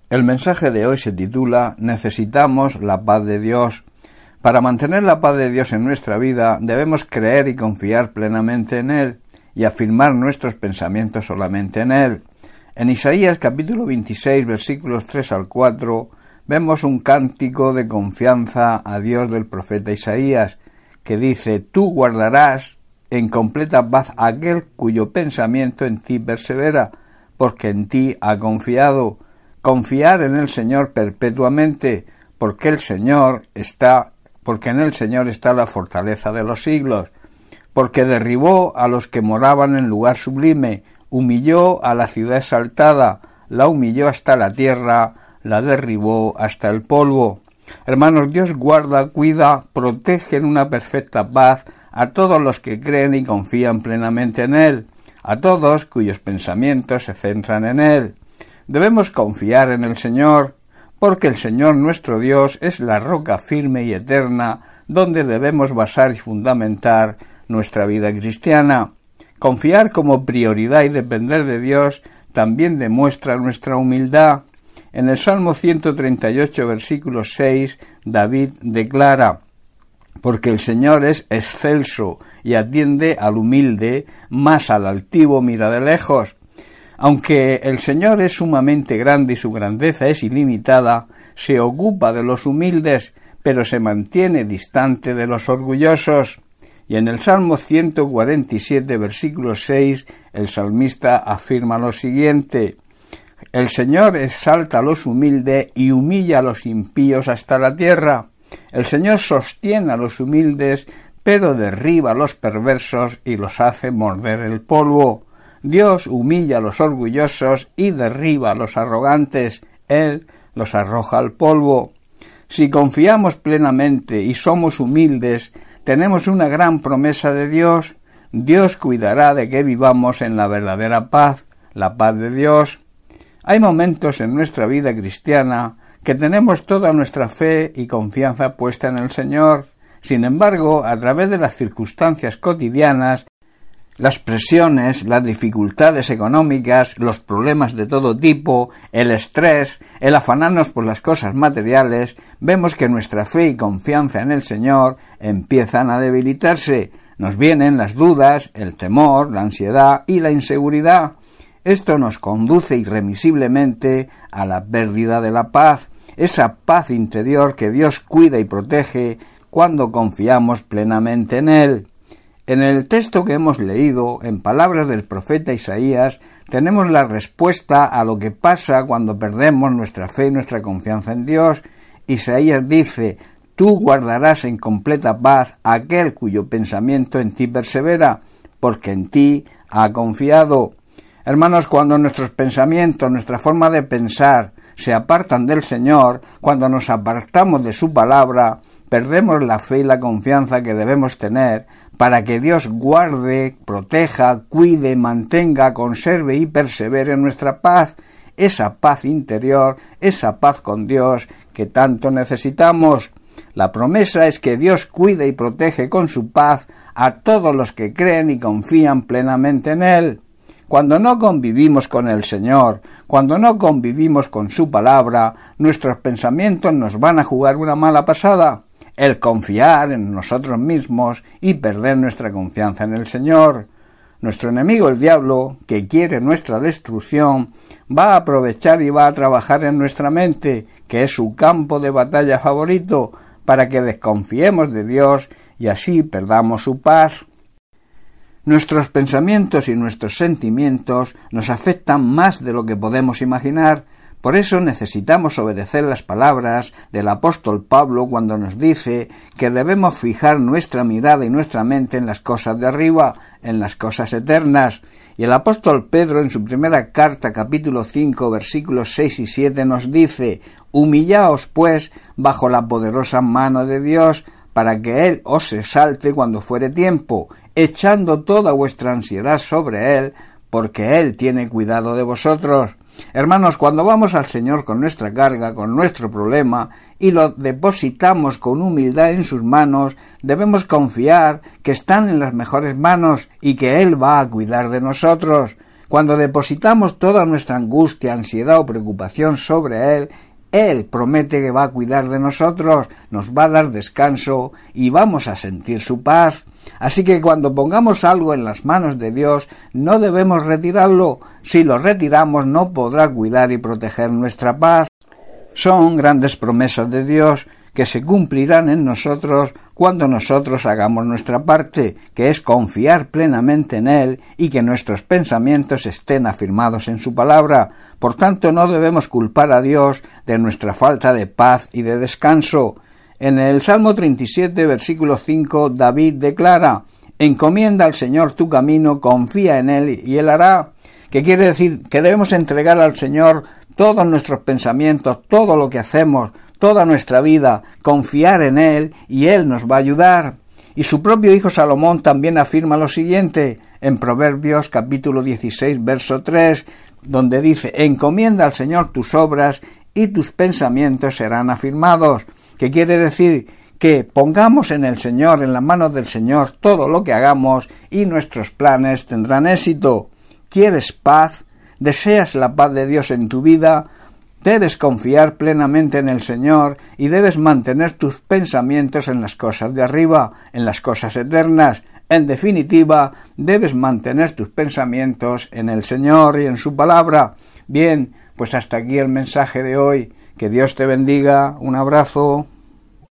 El mensaje de hoy se titula Necesitamos la paz de Dios. Para mantener la paz de Dios en nuestra vida debemos creer y confiar plenamente en Él y afirmar nuestros pensamientos solamente en Él. En Isaías capítulo 26 versículos 3 al 4 vemos un cántico de confianza a Dios del profeta Isaías que dice: Tú guardarás en completa paz a aquel cuyo pensamiento en ti persevera, porque en ti ha confiado. Confiar en el Señor perpetuamente, porque en el Señor está la fortaleza de los siglos, porque derribó a los que moraban en lugar sublime, humilló a la ciudad exaltada, la humilló hasta la tierra, la derribó hasta el polvo. Hermanos, Dios guarda, cuida, protege en una perfecta paz a todos los que creen y confían plenamente en Él, a todos cuyos pensamientos se centran en Él. Debemos confiar en el Señor, porque el Señor nuestro Dios es la roca firme y eterna donde debemos basar y fundamentar nuestra vida cristiana. Confiar como prioridad y depender de Dios también demuestra nuestra humildad. En el Salmo 138, versículo 6, David declara: Porque el Señor es excelso y atiende al humilde, mas al altivo mira de lejos. Aunque el Señor es sumamente grande y su grandeza es ilimitada, se ocupa de los humildes, pero se mantiene distante de los orgullosos. Y en el Salmo 147, versículo 6, el salmista afirma lo siguiente: El Señor exalta a los humildes y humilla a los impíos hasta la tierra. El Señor sostiene a los humildes, pero derriba a los perversos y los hace morder el polvo. Dios humilla a los orgullosos y derriba a los arrogantes. Él los arroja al polvo. Si confiamos plenamente y somos humildes, tenemos una gran promesa de Dios. Dios cuidará de que vivamos en la verdadera paz, la paz de Dios. Hay momentos en nuestra vida cristiana que tenemos toda nuestra fe y confianza puesta en el Señor. Sin embargo, a través de las circunstancias cotidianas, las presiones, las dificultades económicas, los problemas de todo tipo, el estrés, el afanarnos por las cosas materiales, vemos que nuestra fe y confianza en el Señor empiezan a debilitarse. Nos vienen las dudas, el temor, la ansiedad y la inseguridad. Esto nos conduce irremisiblemente a la pérdida de la paz, esa paz interior que Dios cuida y protege cuando confiamos plenamente en Él. En el texto que hemos leído, en palabras del profeta Isaías, tenemos la respuesta a lo que pasa cuando perdemos nuestra fe y nuestra confianza en Dios. Isaías dice: Tú guardarás en completa paz a aquel cuyo pensamiento en ti persevera, porque en ti ha confiado. Hermanos, cuando nuestros pensamientos, nuestra forma de pensar, se apartan del Señor, cuando nos apartamos de su palabra, perdemos la fe y la confianza que debemos tener para que Dios guarde, proteja, cuide, mantenga, conserve y persevere en nuestra paz, esa paz interior, esa paz con Dios que tanto necesitamos. La promesa es que Dios cuida y protege con su paz a todos los que creen y confían plenamente en Él. Cuando no convivimos con el Señor, cuando no convivimos con su palabra, nuestros pensamientos nos van a jugar una mala pasada. El confiar en nosotros mismos y perder nuestra confianza en el Señor. Nuestro enemigo, el diablo, que quiere nuestra destrucción, va a aprovechar y va a trabajar en nuestra mente, que es su campo de batalla favorito, para que desconfiemos de Dios y así perdamos su paz. Nuestros pensamientos y nuestros sentimientos nos afectan más de lo que podemos imaginar. Por eso necesitamos obedecer las palabras del apóstol Pablo cuando nos dice que debemos fijar nuestra mirada y nuestra mente en las cosas de arriba, en las cosas eternas. Y el apóstol Pedro en su primera carta, capítulo 5, versículos 6 y 7 nos dice: Humillaos, pues, bajo la poderosa mano de Dios, para que Él os exalte cuando fuere tiempo, echando toda vuestra ansiedad sobre Él, porque Él tiene cuidado de vosotros. Hermanos, cuando vamos al Señor con nuestra carga, con nuestro problema, y lo depositamos con humildad en sus manos, debemos confiar que están en las mejores manos y que Él va a cuidar de nosotros. Cuando depositamos toda nuestra angustia, ansiedad o preocupación sobre Él, Él promete que va a cuidar de nosotros, nos va a dar descanso y vamos a sentir su paz. Así que cuando pongamos algo en las manos de Dios, no debemos retirarlo. Si lo retiramos, no podrá cuidar y proteger nuestra paz. Son grandes promesas de Dios que se cumplirán en nosotros cuando nosotros hagamos nuestra parte, que es confiar plenamente en Él y que nuestros pensamientos estén afirmados en su palabra. Por tanto, no debemos culpar a Dios de nuestra falta de paz y de descanso. En el Salmo 37, versículo 5, David declara: encomienda al Señor tu camino, confía en Él y Él hará. Que quiere decir que debemos entregar al Señor todos nuestros pensamientos, todo lo que hacemos, toda nuestra vida, confiar en Él y Él nos va a ayudar. Y su propio hijo Salomón también afirma lo siguiente en Proverbios capítulo 16, verso 3, donde dice: encomienda al Señor tus obras y tus pensamientos serán afirmados. Que quiere decir que pongamos en el Señor, en las manos del Señor, todo lo que hagamos y nuestros planes tendrán éxito. ¿Quieres paz? ¿Deseas la paz de Dios en tu vida? Debes confiar plenamente en el Señor y debes mantener tus pensamientos en las cosas de arriba, en las cosas eternas. En definitiva, debes mantener tus pensamientos en el Señor y en su palabra. Bien, pues hasta aquí el mensaje de hoy. Que Dios te bendiga. Un abrazo.